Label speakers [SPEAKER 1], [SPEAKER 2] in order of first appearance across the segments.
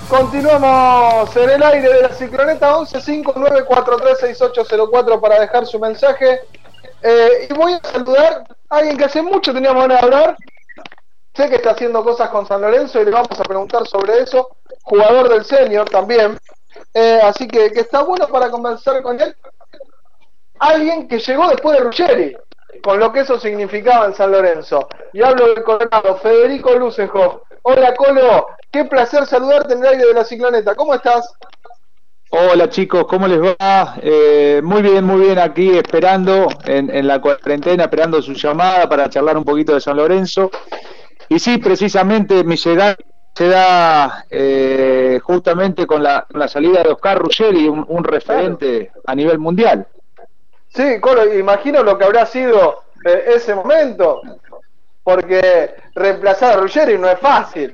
[SPEAKER 1] Continuamos en el aire de la Cicloneta. 11-5943-6804 para dejar su mensaje. Y voy a saludar a alguien que hace mucho teníamos ganas de hablar. Sé que está haciendo cosas con San Lorenzo y le vamos a preguntar sobre eso. Jugador del senior también. Así que está bueno para conversar con él. Alguien que llegó después de Ruggeri, con lo que eso significaba en San Lorenzo. Y hablo del Colorado, Federico Lusenhoff. Hola Colo, qué placer saludarte en el aire de la Cicloneta. ¿Cómo estás?
[SPEAKER 2] Hola chicos, ¿cómo les va? Muy bien, aquí esperando en la cuarentena, esperando su llamada para charlar un poquito de San Lorenzo. Y sí, precisamente mi llegada se da justamente con la salida de Oscar Ruggeri, un referente a nivel mundial.
[SPEAKER 1] Sí, Colo, imagino lo que habrá sido ese momento, porque reemplazar a Ruggeri no es fácil.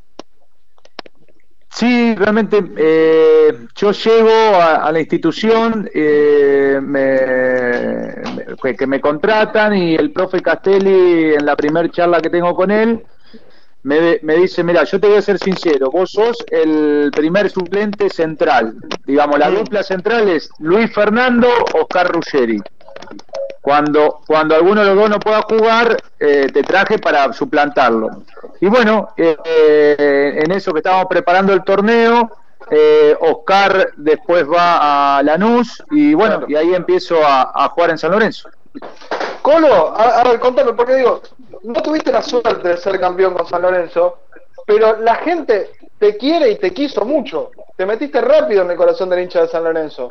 [SPEAKER 2] Sí, realmente yo llego a la institución que me contratan y el profe Castelli en la primera charla que tengo con él me dice, mira, yo te voy a ser sincero, vos sos el primer suplente central, digamos, la dupla central es Luis Fernando, Oscar Ruggeri. Cuando alguno de los dos no pueda jugar, te traje para suplantarlo. Y bueno, en eso que estábamos preparando el torneo, Oscar después va a Lanús y bueno, y ahí empiezo a jugar en San Lorenzo.
[SPEAKER 1] Colo, a ver, contame, porque digo, no tuviste la suerte de ser campeón con San Lorenzo, pero la gente te quiere y te quiso mucho. Te metiste rápido en el corazón del hincha de San Lorenzo.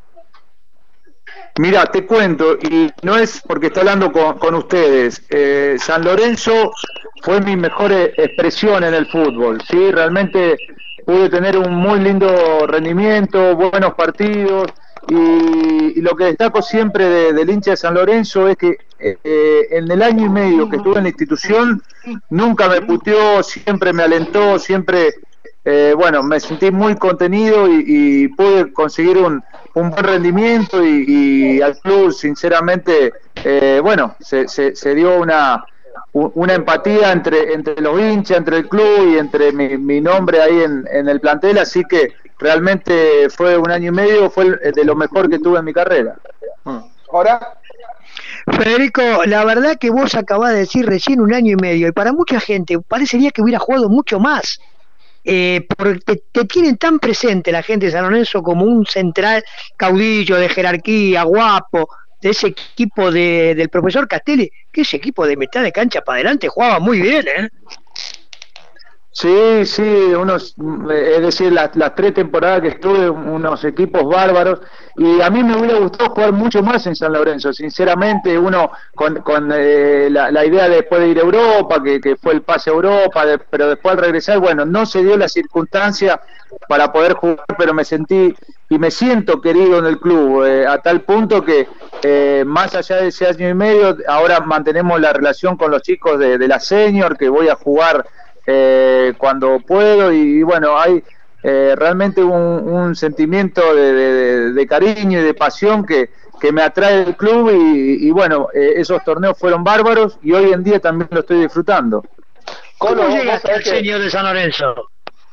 [SPEAKER 2] Mira, te cuento, y no es porque estoy hablando con ustedes, San Lorenzo fue mi mejor expresión en el fútbol, ¿sí? Realmente pude tener un muy lindo rendimiento, buenos partidos, y lo que destaco siempre del hincha de San Lorenzo es que en el año y medio que estuve en la institución, nunca me puteó, siempre me alentó, siempre... bueno, me sentí muy contenido y pude conseguir un buen rendimiento y al club, sinceramente, bueno, se dio una empatía entre los hinchas, entre el club y entre mi nombre ahí en el plantel, así que realmente fue un año y medio, fue de lo mejor que tuve en mi carrera.
[SPEAKER 1] Ahora,
[SPEAKER 3] Federico, la verdad que vos acabás de decir recién un año y medio, y para mucha gente parecería que hubiera jugado mucho más. Porque te tienen tan presente la gente de San Lorenzo como un central caudillo de jerarquía, guapo, de ese equipo del profesor Castelli, que ese equipo de mitad de cancha para adelante jugaba muy bien, ¿eh?
[SPEAKER 2] Sí, es decir, las 3 temporadas que estuve, unos equipos bárbaros, y a mí me hubiera gustado jugar mucho más en San Lorenzo, sinceramente, uno con la idea de después de ir a Europa, que fue el pase a Europa, pero después al regresar, bueno, no se dio la circunstancia para poder jugar, pero me sentí y me siento querido en el club, a tal punto que más allá de ese año y medio, ahora mantenemos la relación con los chicos de la senior, que voy a jugar cuando puedo y bueno, hay realmente un sentimiento de cariño y de pasión que me atrae el club y bueno, esos torneos fueron bárbaros y hoy en día también lo estoy disfrutando.
[SPEAKER 3] ¿Cómo llegaste al senior de San Lorenzo?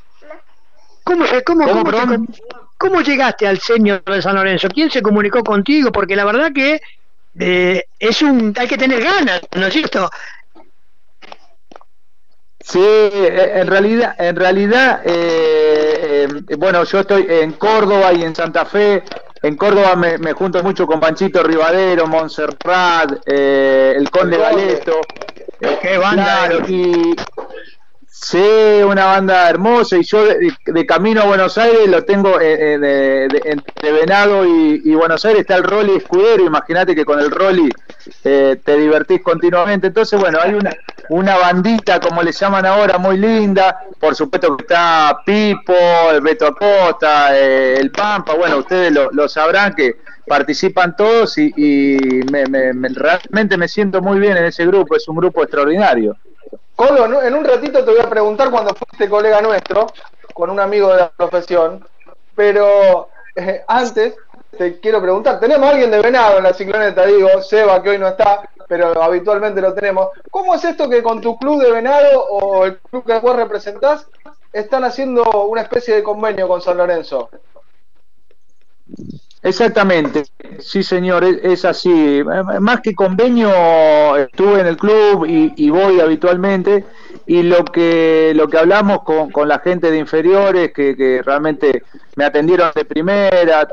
[SPEAKER 3] ¿Cómo llegaste al senior de San Lorenzo? ¿Quién se comunicó contigo? Porque la verdad que hay que tener ganas, ¿no es cierto?
[SPEAKER 2] Sí, en realidad, bueno, yo estoy en Córdoba y en Santa Fe. En Córdoba me junto mucho con Panchito Rivadero, Montserrat, el Conde Galeto.
[SPEAKER 3] ¡Qué banda!
[SPEAKER 2] Claro, sí, una banda hermosa, y yo de camino a Buenos Aires lo tengo entre Venado y Buenos Aires está el Rolly Escudero. Imagínate que con el Rolly te divertís continuamente. Entonces, bueno, hay una bandita, como le llaman ahora, muy linda. Por supuesto que está Pipo, el Beto Acosta, el Pampa. Bueno, ustedes lo sabrán, que participan todos y realmente me siento muy bien en ese grupo. Es un grupo extraordinario.
[SPEAKER 1] Colo, en un ratito te voy a preguntar cuando fuiste colega nuestro, con un amigo de la profesión, pero antes te quiero preguntar, tenemos a alguien de Venado en la Cicloneta, digo, Seba, que hoy no está, pero habitualmente lo tenemos. ¿Cómo es esto que con tu club de Venado o el club que vos representás están haciendo una especie de convenio con San Lorenzo.
[SPEAKER 2] Exactamente, sí señor, es así. Más que convenio, estuve en el club y voy habitualmente, y lo que hablamos con la gente de inferiores, que realmente me atendieron de primera,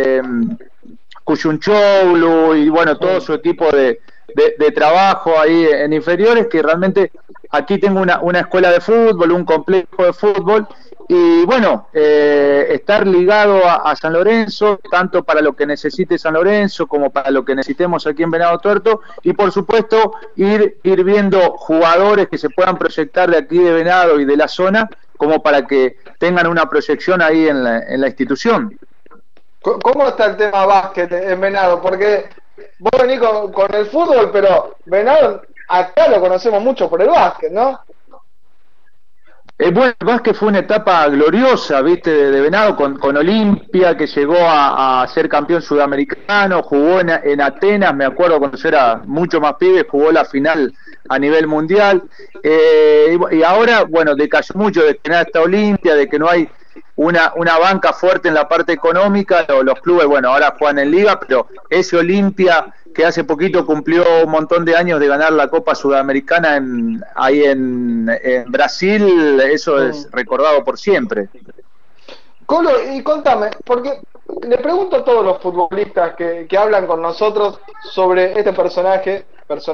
[SPEAKER 2] Cuyunchoglu y bueno, todo su equipo de trabajo ahí en inferiores, que realmente aquí tengo una escuela de fútbol, un complejo de fútbol, y bueno, estar ligado a San Lorenzo, tanto para lo que necesite San Lorenzo como para lo que necesitemos aquí en Venado Tuerto, y por supuesto ir viendo jugadores que se puedan proyectar de aquí de Venado y de la zona, como para que tengan una proyección ahí en la institución.
[SPEAKER 1] ¿Cómo está el tema básquet en Venado? Porque vos venís con el fútbol, pero Venado acá lo conocemos mucho por el básquet, ¿no?
[SPEAKER 2] Bueno, el básquet fue una etapa gloriosa, viste, de Venado, con Olimpia, que llegó a ser campeón sudamericano, jugó en Atenas, me acuerdo cuando yo era mucho más pibe, jugó la final a nivel mundial, y ahora, bueno, decayó mucho de que nada está Olimpia, de que no hay una banca fuerte en la parte económica, los clubes, bueno, ahora juegan en Liga, pero ese Olimpia que hace poquito cumplió un montón de años de ganar la Copa Sudamericana ahí en Brasil, eso es recordado por siempre.
[SPEAKER 1] Colo, y contame, porque le pregunto a todos los futbolistas que hablan con nosotros sobre este personaje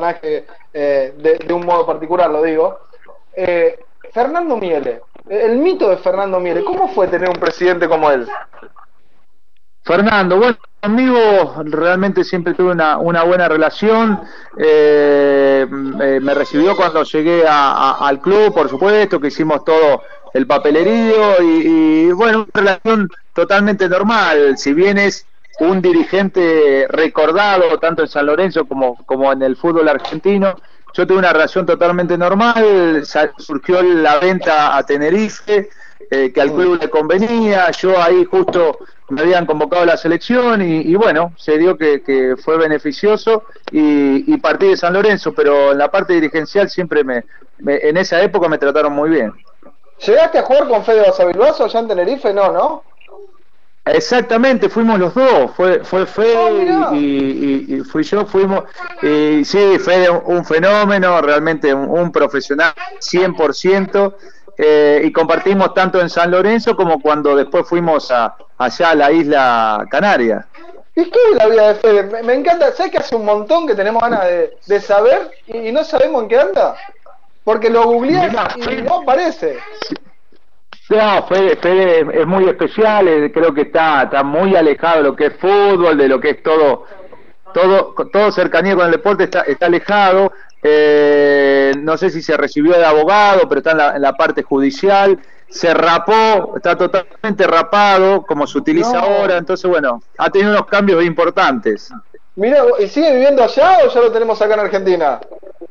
[SPEAKER 1] de un modo particular, lo digo, Fernando Miele, el mito de Fernando Miele, ¿cómo fue tener un presidente como él?
[SPEAKER 2] Fernando, bueno, conmigo realmente siempre tuve una buena relación, me recibió cuando llegué al club, por supuesto, que hicimos todo el papelerío y bueno, una relación totalmente normal, si bien es un dirigente recordado tanto en San Lorenzo como en el fútbol argentino. Yo tuve una relación totalmente normal, surgió la venta a Tenerife, que al club le convenía, yo ahí justo me habían convocado a la selección y bueno, se dio que fue beneficioso y partí de San Lorenzo, pero en la parte dirigencial siempre en esa época me trataron muy bien.
[SPEAKER 1] ¿Llegaste a jugar con Fede Basavilbaso allá en Tenerife? No.
[SPEAKER 2] Exactamente, fuimos los dos, fue Fede y fui yo, fuimos, y sí, Fede un fenómeno, realmente un profesional 100%, y compartimos tanto en San Lorenzo como cuando después fuimos allá a la isla Canaria.
[SPEAKER 1] ¿Y qué es la vida de Fede? Me encanta, ¿sabes que hace un montón que tenemos ganas de saber y no sabemos en qué anda? Porque lo googleé y no aparece.
[SPEAKER 2] No, Fede es muy especial, creo que está muy alejado de lo que es fútbol, de lo que es todo cercanía con el deporte, está alejado, no sé si se recibió de abogado, pero está en la parte judicial, se rapó, está totalmente rapado, como se utiliza ahora, entonces bueno, ha tenido unos cambios importantes.
[SPEAKER 1] Mira, ¿y sigue viviendo allá o ya lo tenemos acá en Argentina?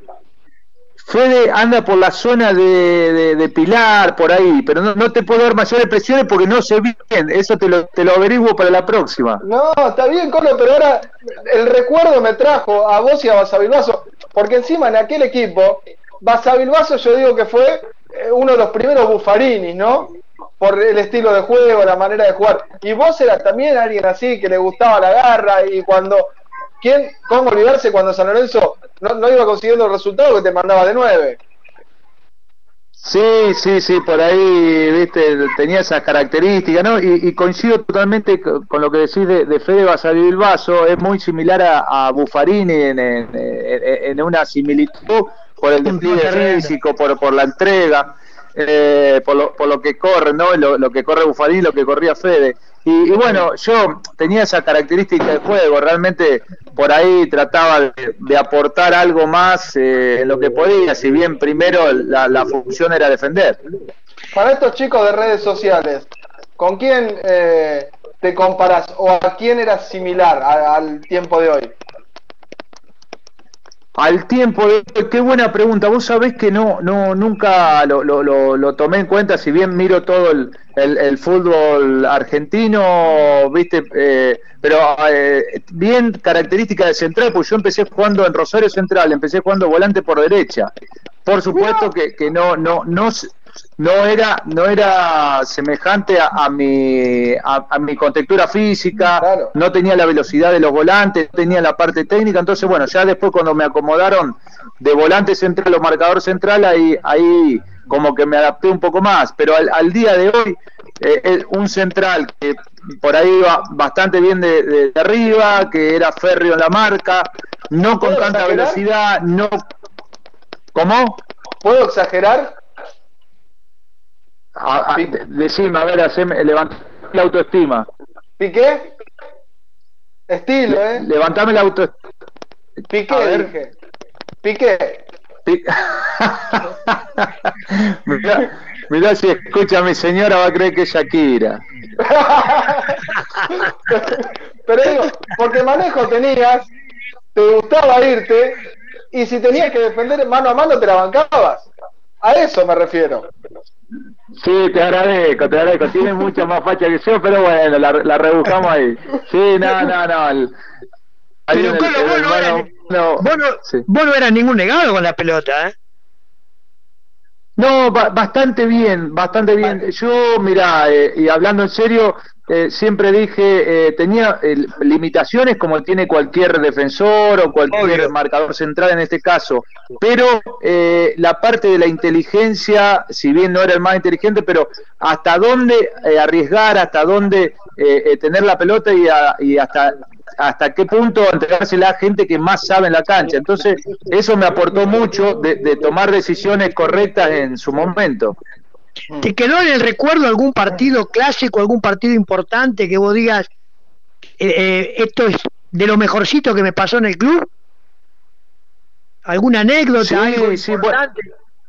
[SPEAKER 2] Fede anda por la zona de Pilar, por ahí, pero no te puedo dar mayores expresiones porque no sé bien, eso te lo averiguo para la próxima.
[SPEAKER 1] No, está bien, Colo, pero ahora el recuerdo me trajo a vos y a Basavilbaso, porque encima en aquel equipo, Basavilbaso yo digo que fue uno de los primeros Buffarinis, ¿no? Por el estilo de juego, la manera de jugar, y vos eras también alguien así que le gustaba la garra y ¿cómo olvidarse cuando San Lorenzo no iba consiguiendo el resultado que te mandaba de 9?
[SPEAKER 2] Sí, por ahí, viste, tenía esas características, ¿no? Y coincido totalmente con lo que decís de Fede Basavilbaso, es muy similar a Buffarini en una similitud por el despliegue físico, por la entrega, por lo que corre, ¿no? Lo que corre Buffarini, lo que corría Fede. Y bueno, yo tenía esa característica de juego, realmente por ahí trataba de aportar algo más en lo que podía, si bien primero la función era defender.
[SPEAKER 1] Para estos chicos de redes sociales, ¿con quién te comparás o a quién eras similar al tiempo de hoy?
[SPEAKER 2] Al tiempo de hoy, qué buena pregunta. Vos sabés que nunca lo tomé en cuenta, si bien miro todo el fútbol argentino, viste, pero bien característica de central, pues yo empecé jugando en Rosario Central, empecé jugando volante por derecha. Por supuesto que no era semejante a mi contextura física,
[SPEAKER 1] Claro.
[SPEAKER 2] no tenía la velocidad de los volantes, no tenía la parte técnica, entonces bueno, ya después cuando me acomodaron de volante central o marcador central, ahí como que me adapté un poco más, pero al día de hoy, un central que por ahí iba bastante bien de arriba, que era férreo en la marca, no con tanta velocidad, no... ¿Cómo?
[SPEAKER 1] ¿Puedo exagerar?
[SPEAKER 2] Decime, a ver, levantar la autoestima.
[SPEAKER 1] ¿Piqué? Estilo, ¿eh?
[SPEAKER 2] Levantame la autoestima.
[SPEAKER 1] Piqué, dije. Piqué.
[SPEAKER 2] Mirá, si escucha a mi señora va a creer que es Shakira.
[SPEAKER 1] Pero digo, porque manejo tenías, te gustaba irte, y si tenías que defender mano a mano te la bancabas. A eso me refiero.
[SPEAKER 2] Sí, te agradezco. Tienes mucha más facha que yo, pero bueno, la rebuscamos ahí. Sí, no.
[SPEAKER 3] Pero vos no eras ningún negado con la pelota, ¿eh?
[SPEAKER 2] No, bastante bien. Yo, mirá, y hablando en serio, siempre dije, tenía limitaciones como tiene cualquier defensor o cualquier marcador central en este caso, pero la parte de la inteligencia, si bien no era el más inteligente, pero hasta dónde arriesgar, hasta dónde tener la pelota y hasta qué punto entregársela a gente que más sabe en la cancha. Entonces, eso me aportó mucho de tomar decisiones correctas en su momento.
[SPEAKER 3] ¿Te quedó en el recuerdo algún partido clásico, algún partido importante que vos digas, esto es de lo mejorcito que me pasó en el club? ¿Alguna anécdota?
[SPEAKER 2] Sí,
[SPEAKER 3] algo
[SPEAKER 2] importante?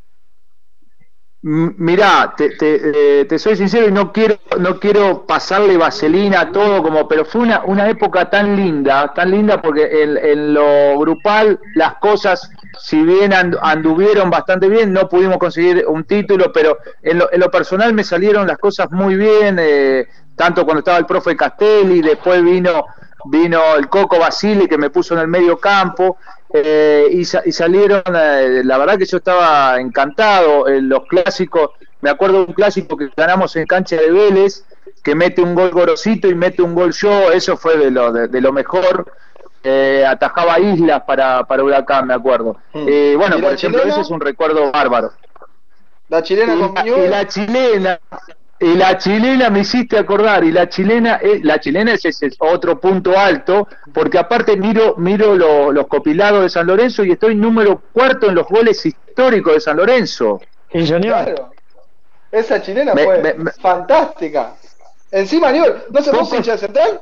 [SPEAKER 2] Mirá, te soy sincero y no quiero pasarle vaselina a todo, pero fue una época tan linda porque en lo grupal las cosas, si bien anduvieron bastante bien, no pudimos conseguir un título, pero en lo personal me salieron las cosas muy bien, tanto cuando estaba el profe Castelli, después vino el Coco Basile que me puso en el medio campo. Y salieron, la verdad que yo estaba encantado. Los clásicos, me acuerdo de un clásico que ganamos en cancha de Vélez, que mete un gol Gorosito y mete un gol yo, eso fue de lo mejor. Atajaba Islas para Huracán, me acuerdo. Bueno, por ejemplo, ese es un recuerdo bárbaro.
[SPEAKER 1] La chilena con Piñol.
[SPEAKER 2] Y la chilena me hiciste acordar, y la chilena es otro punto alto, porque aparte miro los copilados de San Lorenzo y estoy número 4 en los goles históricos de San Lorenzo.
[SPEAKER 1] Claro. Esa chilena fue fantástica. Encima, Aníbal, ¿no se puso hincha de Central?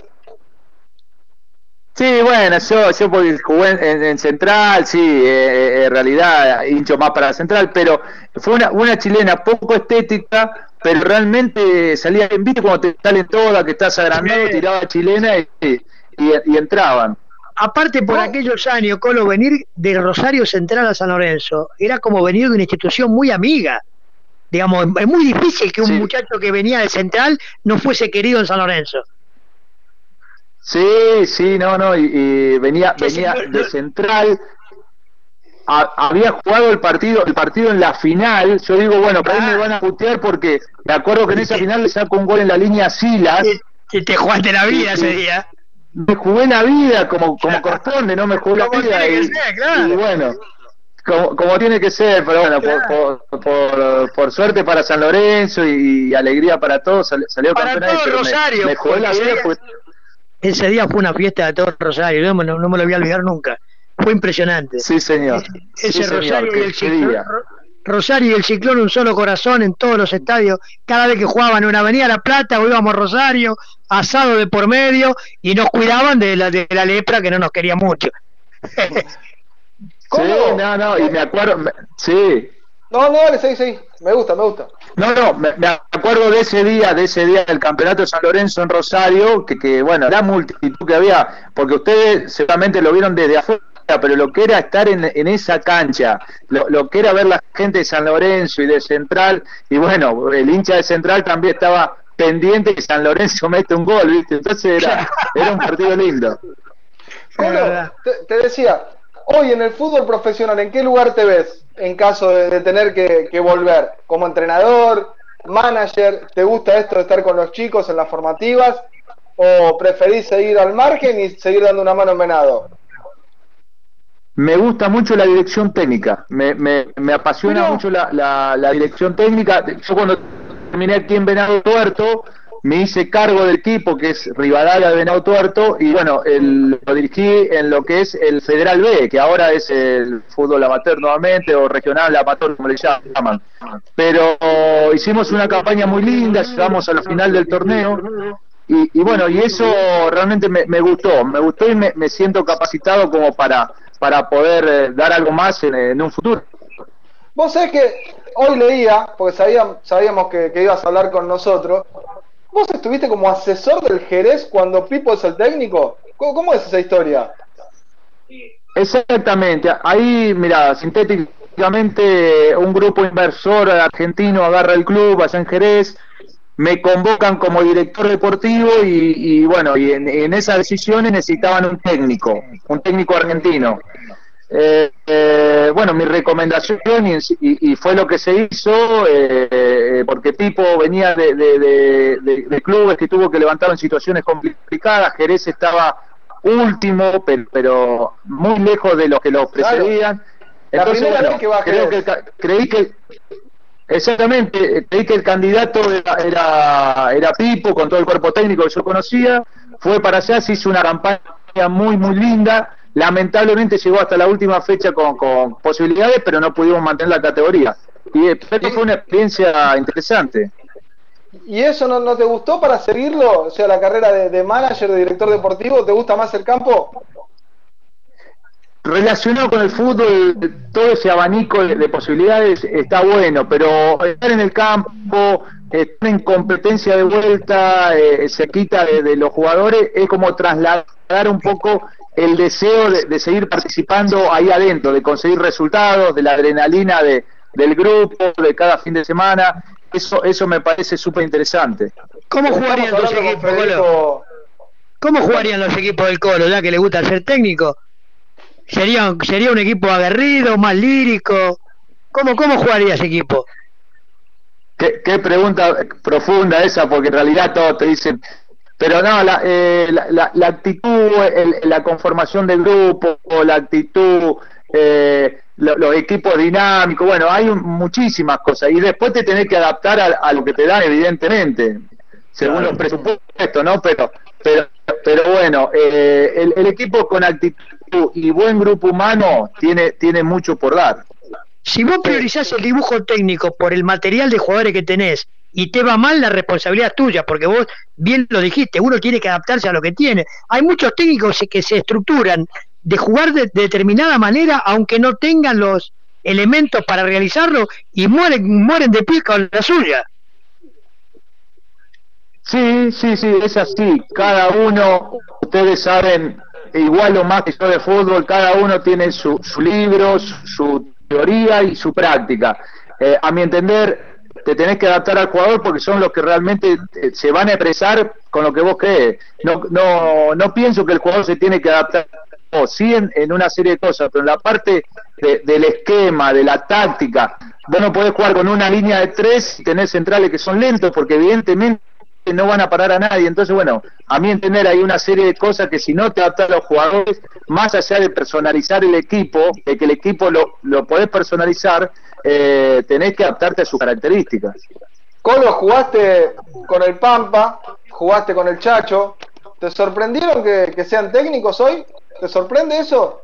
[SPEAKER 2] Sí, bueno, yo porque jugué en Central, sí, en realidad hincho más para Central, pero fue una chilena poco estética, pero realmente salía en viste cuando te salen todas, que estás agrandado, tiraba chilena y entraban.
[SPEAKER 3] Aparte, por aquellos años, Colo, venir de Rosario Central a San Lorenzo era como venir de una institución muy amiga. Digamos, es muy difícil que un muchacho que venía de Central no fuese querido en San Lorenzo.
[SPEAKER 2] Sí, no, y venía de Central. Había jugado el partido en la final. Yo digo, bueno, para ahí me van a putear porque me acuerdo que en esa final le saco un gol en la línea Silas.
[SPEAKER 3] Y te jugaste la vida ese día.
[SPEAKER 2] Me jugué la vida como corresponde, ¿no? Me jugué la vida. Y bueno, como tiene que ser, pero bueno, claro. por suerte para San Lorenzo y alegría para todos, salió
[SPEAKER 3] para
[SPEAKER 2] campeón.
[SPEAKER 3] Todo Rosario.
[SPEAKER 2] Me jugué la vida porque...
[SPEAKER 3] Ese día fue una fiesta de todo Rosario, no me lo voy a olvidar nunca. Fue impresionante.
[SPEAKER 2] Sí, señor.
[SPEAKER 3] Ese sí, Rosario señor, y el Ciclón, Rosario y el Ciclón, un solo corazón en todos los estadios. Cada vez que jugaban en una Avenida La Plata, íbamos a Rosario, asado de por medio, y nos cuidaban de la lepra que no nos quería mucho.
[SPEAKER 2] ¿Cómo? Sí, no, y me acuerdo, sí.
[SPEAKER 1] No, dale, sí, me gusta.
[SPEAKER 2] No, me acuerdo de ese día del campeonato de San Lorenzo en Rosario, que bueno, la multitud que había, porque ustedes seguramente lo vieron desde afuera, pero lo que era estar en esa cancha, lo que era ver la gente de San Lorenzo y de Central, y bueno, el hincha de Central también estaba pendiente que San Lorenzo mete un gol, ¿viste? Entonces era un partido lindo.
[SPEAKER 1] Bueno, te decía, hoy en el fútbol profesional, ¿en qué lugar te ves? en caso de tener que volver? ¿Como entrenador, manager? ¿Te gusta esto de estar con los chicos en las formativas? ¿O preferís seguir al margen y seguir dando una mano en Venado?
[SPEAKER 2] Me gusta mucho la dirección técnica, me apasiona mucho la dirección técnica. Yo cuando terminé aquí en Venado Tuerto, me hice cargo del equipo que es Rivadavia de Venado Tuerto, y bueno, lo dirigí en lo que es el Federal B, que ahora es el fútbol amateur nuevamente, o regional amateur como le llaman. Pero hicimos una campaña muy linda, llegamos a la final del torneo, y bueno, y eso realmente me gustó y me siento capacitado como para poder dar algo más en un futuro.
[SPEAKER 1] Vos sabés que hoy leía, porque sabíamos que ibas a hablar con nosotros, vos estuviste como asesor del Jerez cuando Pipo es el técnico. ¿Cómo es esa historia?
[SPEAKER 2] Exactamente, ahí, mira, sintéticamente un grupo inversor argentino agarra el club allá en Jerez, me convocan como director deportivo y bueno, y en esas decisiones necesitaban un técnico argentino. Bueno, mi recomendación y fue lo que se hizo, porque Pipo venía de clubes que tuvo que levantar en situaciones complicadas. Jerez estaba último, pero muy lejos de los que lo precedían.
[SPEAKER 1] Claro.
[SPEAKER 2] Entonces, bueno, creí que exactamente, creí que el candidato era Pipo, con todo el cuerpo técnico que yo conocía. Fue para allá, se hizo una campaña muy linda. Lamentablemente llegó hasta la última fecha con posibilidades, pero no pudimos mantener la categoría. Y fue una experiencia interesante.
[SPEAKER 1] ¿Y eso no te gustó para seguirlo? O sea, la carrera de manager, de director deportivo, ¿te gusta más el campo?
[SPEAKER 2] Relacionado con el fútbol, todo ese abanico de posibilidades está bueno, pero estar en el campo, estar en competencia de vuelta, se quita de los jugadores, es como trasladar un poco el deseo de seguir participando ahí adentro, de conseguir resultados, de la adrenalina del grupo, de cada fin de semana. Eso me parece súper interesante.
[SPEAKER 3] ¿Cómo jugarían los equipos, Colo? ¿Cómo jugarían los equipos del Colo, ya que le gusta ser técnico? ¿Sería un equipo aguerrido, más lírico? ¿Cómo jugaría ese equipo?
[SPEAKER 2] Qué pregunta profunda esa, porque en realidad todos te dicen... Pero no, la actitud, la conformación del grupo, la actitud, los equipos dinámicos, bueno, hay muchísimas cosas. Y después te tenés que adaptar a lo que te dan, evidentemente, según los presupuestos, ¿no? Pero bueno, el equipo con actitud y buen grupo humano tiene mucho por dar.
[SPEAKER 3] Si vos priorizás el dibujo técnico por el material de jugadores que tenés y te va mal, la responsabilidad es tuya, porque vos bien lo dijiste, uno tiene que adaptarse a lo que tiene. Hay muchos técnicos que se estructuran de jugar de determinada manera, aunque no tengan los elementos para realizarlo, y mueren de pie con la suya.
[SPEAKER 2] Sí, es así. Cada uno, ustedes saben, igual o más que yo de fútbol, cada uno tiene su libro, su teoría y su práctica. A mi entender, te tenés que adaptar al jugador porque son los que realmente se van a expresar con lo que vos crees. No pienso que el jugador se tiene que adaptar, sí en una serie de cosas, pero en la parte del esquema, de la táctica, vos no podés jugar con una línea de 3 y tener centrales que son lentos, porque evidentemente no van a parar a nadie. Entonces, bueno, a mi entender hay una serie de cosas que si no te adaptas a los jugadores, más allá de personalizar el equipo, de que el equipo lo podés personalizar, tenés que adaptarte a sus características.
[SPEAKER 1] Colo, jugaste con el Pampa, jugaste con el Chacho. ¿Te sorprendieron que sean técnicos hoy? ¿Te sorprende eso?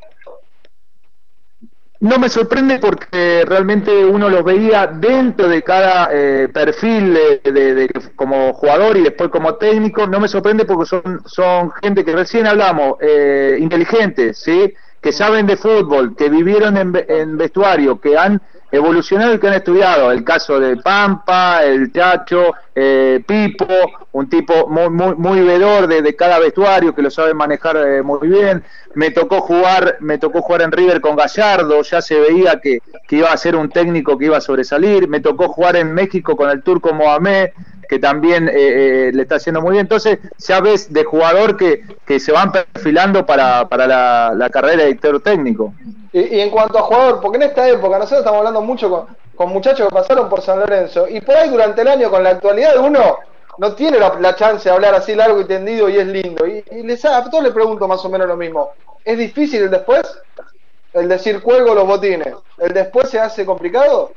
[SPEAKER 2] No me sorprende porque realmente uno los veía dentro de cada perfil de como jugador y después como técnico. No me sorprende porque son gente que recién hablamos, inteligentes, ¿sí? Que saben de fútbol, que vivieron en vestuario, que han evolucionado y que han estudiado. El caso de Pampa, el Chacho, Pipo, un tipo muy vedor de cada vestuario, que lo sabe manejar muy bien. Me tocó jugar en River con Gallardo, ya se veía que iba a ser un técnico que iba a sobresalir. Me tocó jugar en México con el Turco Mohamed, que también le está haciendo muy bien. Entonces ya ves de jugador que se van perfilando para la carrera de director técnico.
[SPEAKER 1] Y en cuanto a jugador, porque en esta época nosotros estamos hablando mucho con muchachos que pasaron por San Lorenzo, y por ahí durante el año con la actualidad uno no tiene la chance de hablar así largo y tendido y es lindo. Y a todos les pregunto más o menos lo mismo. ¿Es difícil el después? El decir cuelgo los botines. ¿El después se hace complicado?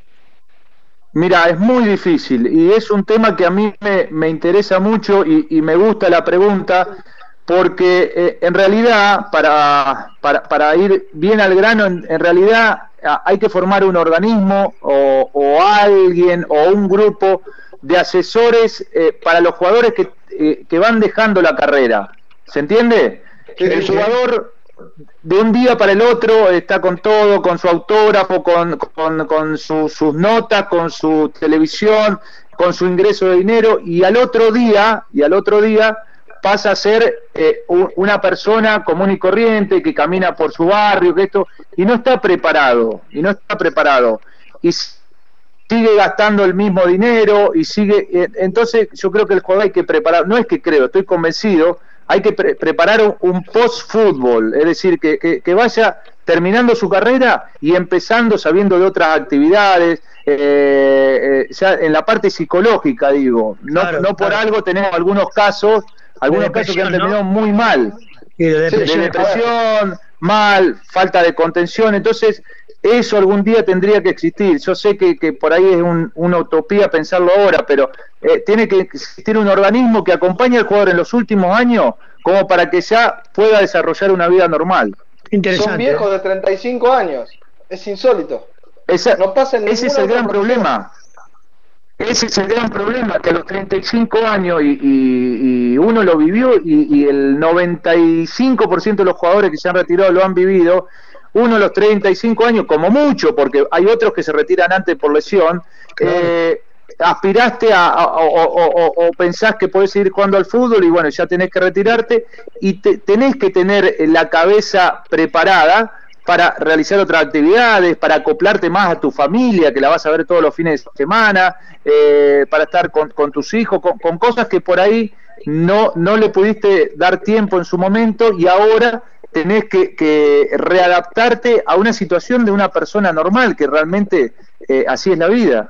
[SPEAKER 2] Mira, es muy difícil y es un tema que a mí me interesa mucho y me gusta la pregunta porque en realidad, para ir bien al grano, en realidad hay que formar un organismo o alguien o un grupo de asesores para los jugadores que van dejando la carrera. ¿Se entiende? El jugador de un día para el otro está con todo, con su autógrafo, con sus notas, con su televisión, con su ingreso de dinero, y al otro día pasa a ser una persona común y corriente que camina por su barrio, y no está preparado, y sigue gastando el mismo dinero y sigue. Entonces yo creo que el jugador hay que preparar, no es que creo, estoy convencido, hay que preparar un post-fútbol, es decir, que vaya terminando su carrera y empezando sabiendo de otras actividades, ya en la parte psicológica, digo. No por algo tenemos algunos casos que han terminado muy mal,
[SPEAKER 3] de
[SPEAKER 2] depresión, mal, falta de contención. Entonces eso algún día tendría que existir. Yo sé que por ahí es una utopía pensarlo ahora, pero tiene que existir un organismo que acompañe al jugador en los últimos años como para que ya pueda desarrollar una vida normal.
[SPEAKER 3] Interesante.
[SPEAKER 1] Son viejos de 35 años, es insólito. No pasa en
[SPEAKER 2] ese es el gran problema. Ese es el gran problema, que a los 35 años, y uno lo vivió, y el 95% de los jugadores que se han retirado lo han vivido. Uno a los 35 años, como mucho, porque hay otros que se retiran antes por lesión, aspiraste o pensás que podés seguir jugando al fútbol y bueno, ya tenés que retirarte y tenés que tener la cabeza preparada para realizar otras actividades, para acoplarte más a tu familia, que la vas a ver todos los fines de semana, para estar con tus hijos, con cosas que por ahí no le pudiste dar tiempo en su momento y ahora tenés que readaptarte a una situación de una persona normal, que realmente así es la vida.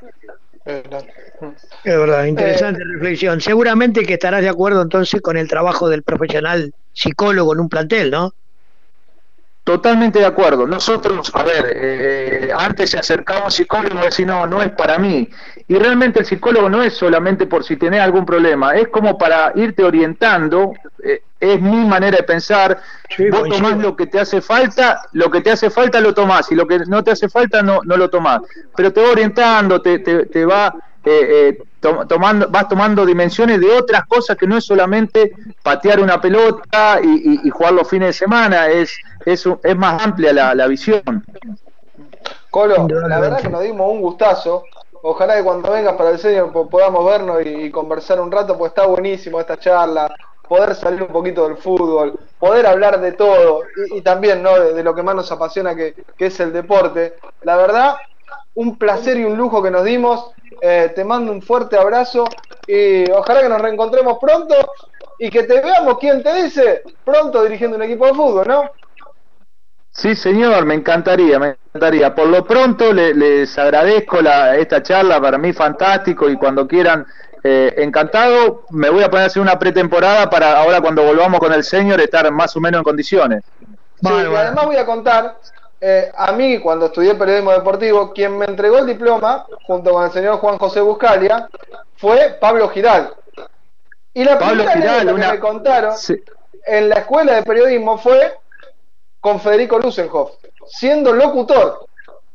[SPEAKER 3] Es verdad, interesante reflexión. Seguramente que estarás de acuerdo entonces con el trabajo del profesional psicólogo en un plantel, ¿no?
[SPEAKER 2] Totalmente de acuerdo. Nosotros, a ver, antes se acercaba un psicólogo y decía, no es para mí. Y realmente el psicólogo no es solamente por si tenés algún problema, es como para irte orientando, es mi manera de pensar. Sí, vos tomás lo que te hace falta lo tomás, y lo que no te hace falta no lo tomás. Pero te va orientando, te va vas tomando dimensiones de otras cosas que no es solamente patear una pelota y jugar los fines de semana, es más amplia la visión.
[SPEAKER 1] Colo, la verdad que nos dimos un gustazo. Ojalá que cuando vengas para el senior podamos vernos y conversar un rato, pues está buenísimo esta charla, poder salir un poquito del fútbol, poder hablar de todo y también, ¿no?, de lo que más nos apasiona, que es el deporte. La verdad, un placer y un lujo que nos dimos. Te mando un fuerte abrazo y ojalá que nos reencontremos pronto y que te veamos, ¿quién te dice?, pronto dirigiendo un equipo de fútbol, ¿no?
[SPEAKER 2] Sí, señor, me encantaría. Por lo pronto les agradezco esta charla, para mí fantástico, y cuando quieran, encantado. Me voy a poner a hacer una pretemporada para ahora, cuando volvamos con el senior, estar más o menos en condiciones.
[SPEAKER 1] Sí, y además voy a contar, a mí cuando estudié periodismo deportivo, quien me entregó el diploma, junto con el señor Juan José Buscalia, fue Pablo Giral. Y la primera anécdota que me contaron en la escuela de periodismo fue con Federico Lusenhoff, siendo locutor.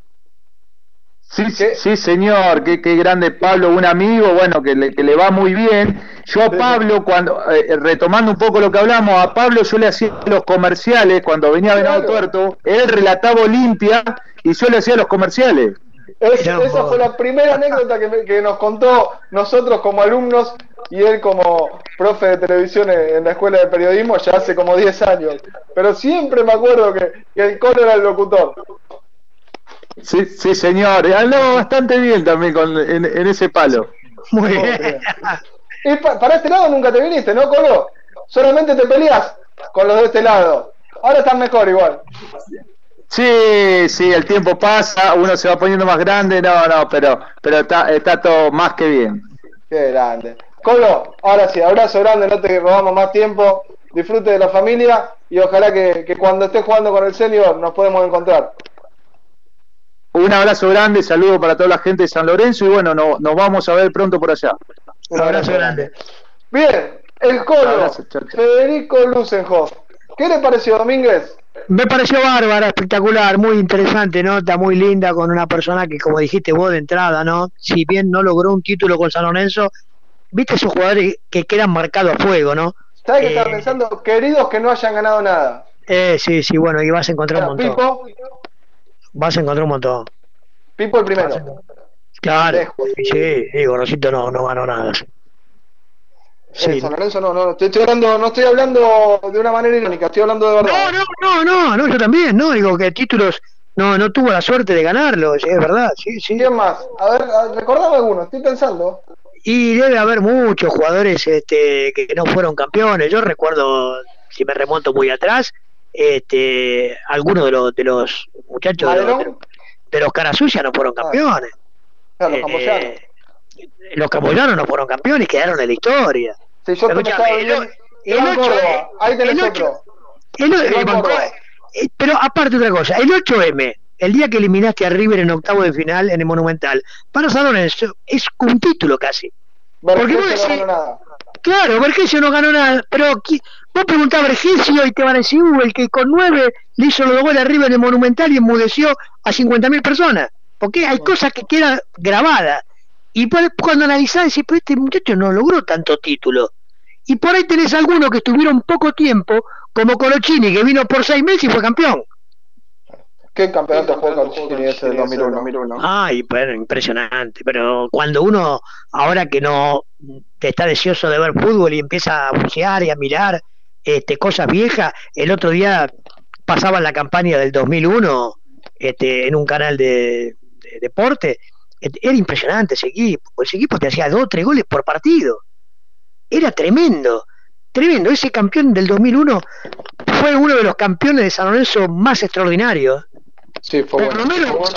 [SPEAKER 2] Sí, señor, qué grande Pablo, un amigo, bueno, que le va muy bien. Yo a Pablo, cuando retomando un poco lo que hablamos, a Pablo yo le hacía los comerciales cuando venía Venado Tuerto, él relataba Olimpia y yo le hacía los comerciales.
[SPEAKER 1] Esa fue la primera anécdota que nos contó nosotros como alumnos y él como profe de televisión en la escuela de periodismo ya hace como 10 años. Pero siempre me acuerdo que el Colo era el locutor.
[SPEAKER 2] Sí, señor. Hablaba bastante bien también en ese palo.
[SPEAKER 3] Muy bien.
[SPEAKER 1] Y para este lado nunca te viniste, ¿no, Colo? Solamente te peleas con los de este lado. Ahora están mejor igual.
[SPEAKER 2] Sí, sí, el tiempo pasa, uno se va poniendo más grande, pero está todo más que bien.
[SPEAKER 1] Qué grande. Colo, ahora sí, abrazo grande, no te robamos más tiempo, disfrute de la familia y ojalá que cuando estés jugando con el senior nos podemos encontrar.
[SPEAKER 2] Un abrazo grande, saludo para toda la gente de San Lorenzo y bueno, nos vamos a ver pronto por allá.
[SPEAKER 3] Un abrazo grande.
[SPEAKER 1] Bien, el Colo,
[SPEAKER 2] Abrazo, chau.
[SPEAKER 1] Federico Lusenhoff. ¿Qué le pareció, Domínguez?
[SPEAKER 3] Me pareció bárbara, espectacular, muy interesante, nota muy linda con una persona que, como dijiste vos de entrada, ¿no? Si bien no logró un título con San Lorenzo, viste esos jugadores que quedan marcados a fuego, ¿no?
[SPEAKER 1] ¿Sabes qué estaba pensando? Queridos que no hayan ganado nada.
[SPEAKER 3] Sí, bueno, y vas a encontrar un montón.
[SPEAKER 1] Pipo,
[SPEAKER 3] Vas a encontrar un montón.
[SPEAKER 1] Pipo el primero.
[SPEAKER 3] Claro, sí, Gorosito no ganó nada. Sí.
[SPEAKER 1] San Lorenzo no estoy hablando de una manera irónica, estoy hablando de verdad.
[SPEAKER 3] No, yo también, no, digo que títulos no tuvo la suerte de ganarlo, es verdad, sí.
[SPEAKER 1] ¿Quién más? A ver, recordame alguno, estoy pensando.
[SPEAKER 3] Y debe haber muchos jugadores que no fueron campeones. Yo recuerdo, si me remonto muy atrás, algunos de los muchachos de los Carasucia no fueron campeones.
[SPEAKER 1] Claro, los camboyanos.
[SPEAKER 3] Los camboyanos no fueron campeones, quedaron en la historia.
[SPEAKER 1] Si yo te estaba bien, Córdoba, ahí tenés otro.
[SPEAKER 3] Pero aparte otra cosa, el 8M, el día que eliminaste a River en octavo de final en el Monumental, para San Lorenzo es un título casi. Porque vos decís, no ganó nada. Claro, Vergesio no ganó nada, pero vos preguntás a Vergesio y te van a decir, el que con 9 le hizo los 2 goles a River en el Monumental y enmudeció a 50.000 personas. Porque hay cosas que quedan grabadas. Y cuando analizás, decís, pero este muchacho no logró tanto título. Y por ahí tenés algunos que estuvieron poco tiempo, como Colochini, que vino por 6 meses y fue campeón.
[SPEAKER 1] ¿Qué campeonato jugó Colochini ese del 2001?
[SPEAKER 3] Ay, bueno, impresionante. Pero cuando uno, ahora que no te está deseoso de ver fútbol y empieza a bucear y a mirar cosas viejas, el otro día pasaban la campaña del 2001 en un canal de deporte. Era impresionante ese equipo te hacía 2 o 3 goles por partido, era tremendo, ese campeón del 2001 fue uno de los campeones de San Lorenzo más extraordinarios.
[SPEAKER 1] Sí, fue
[SPEAKER 3] por lo menos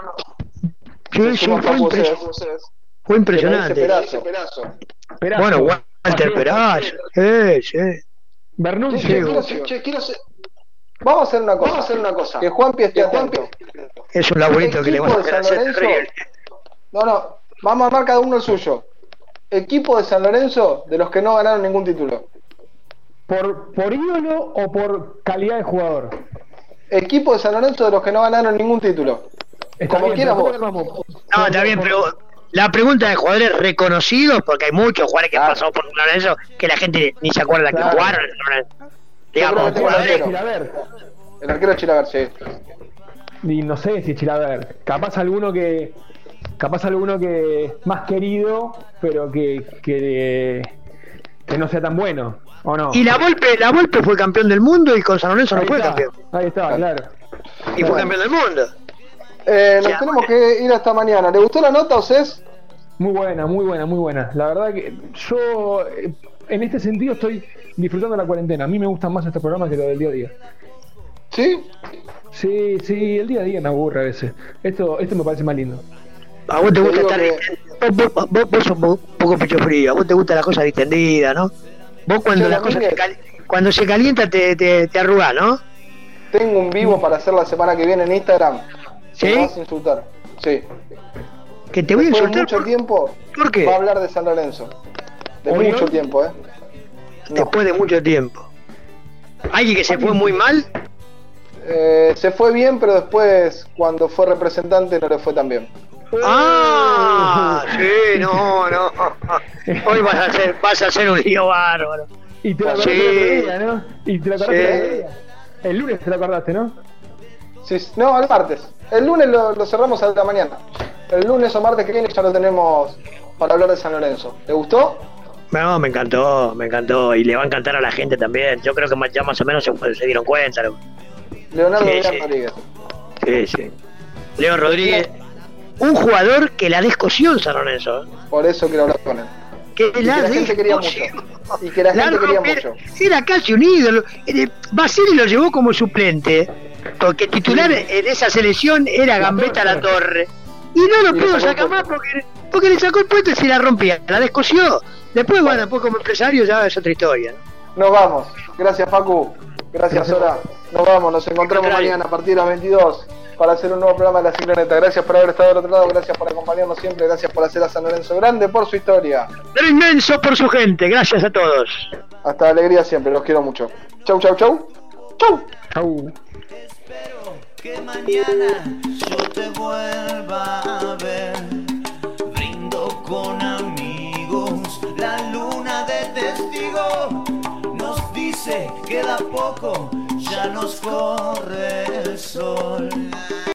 [SPEAKER 3] fue impresionante. Bueno, Walter Perazo,
[SPEAKER 1] Bernuncio. Vamos a hacer una cosa. Que Juanpi esté atento.
[SPEAKER 3] Es un laburito que le vas a hacer terrible.
[SPEAKER 1] No, vamos a armar cada uno el suyo. Equipo de San Lorenzo de los que no ganaron ningún título.
[SPEAKER 4] ¿Por ídolo o por calidad de jugador?
[SPEAKER 1] Equipo de San Lorenzo de los que no ganaron ningún título. Como quieras vos.
[SPEAKER 3] No, está bien, pero la pregunta de jugadores reconocidos, porque hay muchos jugadores que han pasado por San Lorenzo que la gente ni se acuerda que jugaron. Digamos,
[SPEAKER 1] el arquero Chilaver, sí.
[SPEAKER 4] Y no sé si Chilaver. Capaz alguno que más querido, pero que no sea tan bueno, ¿o no?
[SPEAKER 3] Y la Volpe fue campeón del mundo y con San Lorenzo no fue campeón.
[SPEAKER 4] Ahí está, claro.
[SPEAKER 3] Y fue campeón del mundo.
[SPEAKER 1] Nos tenemos que ir hasta mañana. ¿Le gustó la nota, Océs?
[SPEAKER 4] Muy buena. La verdad que yo, en este sentido, estoy disfrutando la cuarentena. A mí me gustan más estos programas que lo del día a día.
[SPEAKER 1] ¿Sí?
[SPEAKER 4] Sí, el día a día me aburre a veces. Esto me parece más lindo.
[SPEAKER 3] A vos te gusta estar vos sos un poco pecho frío, a vos te gusta la cosa distendida, ¿no? Vos cuando la cosa cuando se calienta te arrugás, ¿no?
[SPEAKER 1] Tengo un vivo para hacer la semana que viene en Instagram.
[SPEAKER 3] ¿Sí?
[SPEAKER 1] Me vas a insultar. Sí.
[SPEAKER 3] Que te voy a insultar.
[SPEAKER 1] Mucho tiempo.
[SPEAKER 3] ¿Por qué?
[SPEAKER 1] Va a hablar de San Lorenzo. De mucho tiempo,
[SPEAKER 3] Después de mucho tiempo. ¿Alguien que se fue muy mal?
[SPEAKER 1] Se fue bien, pero después cuando fue representante no le fue tan bien.
[SPEAKER 3] Sí, no. Hoy vas a hacer un lío bárbaro.
[SPEAKER 4] Y te lo acordaste, ¿no? Y te lo acordaste. El lunes te lo acordaste, ¿no?
[SPEAKER 1] Sí, no, el martes. El lunes lo cerramos a la mañana. El lunes o martes que viene ya lo tenemos para hablar de San Lorenzo. ¿Te gustó?
[SPEAKER 3] No, me encantó. Y le va a encantar a la gente también. Yo creo que ya más o menos se dieron cuenta.
[SPEAKER 1] Leonardo Rodríguez.
[SPEAKER 3] Sí. Leo Rodríguez. Un jugador que la descosió en San Lorenzo.
[SPEAKER 1] Por eso quiero hablar con él.
[SPEAKER 3] Que la
[SPEAKER 1] gente quería mucho. Y que la gente quería mucho.
[SPEAKER 3] Era casi un ídolo. Basili lo llevó como suplente. Exacto, que titular en esa selección era Gambetta La Torre. Y no lo pudo sacar más porque le sacó el puente y se la rompía, la descosió. Después, bueno, después como empresario ya es otra historia, ¿no?
[SPEAKER 1] Nos vamos. Gracias, Facu. Gracias, Sora. Nos vamos. Nos encontramos mañana a partir de las 22 para hacer un nuevo programa de La Cicloneta. Gracias por haber estado del otro lado. Gracias por acompañarnos siempre. Gracias por hacer a San Lorenzo grande por su historia.
[SPEAKER 3] Pero inmenso por su gente. Gracias a todos.
[SPEAKER 1] Hasta la alegría siempre. Los quiero mucho. Chau, chau, chau. Chau.
[SPEAKER 4] Chau.
[SPEAKER 5] Espero que mañana yo te vuelva a ver. Brindo con amigos, la luna de testigo nos dice queda poco, ya nos corre el sol.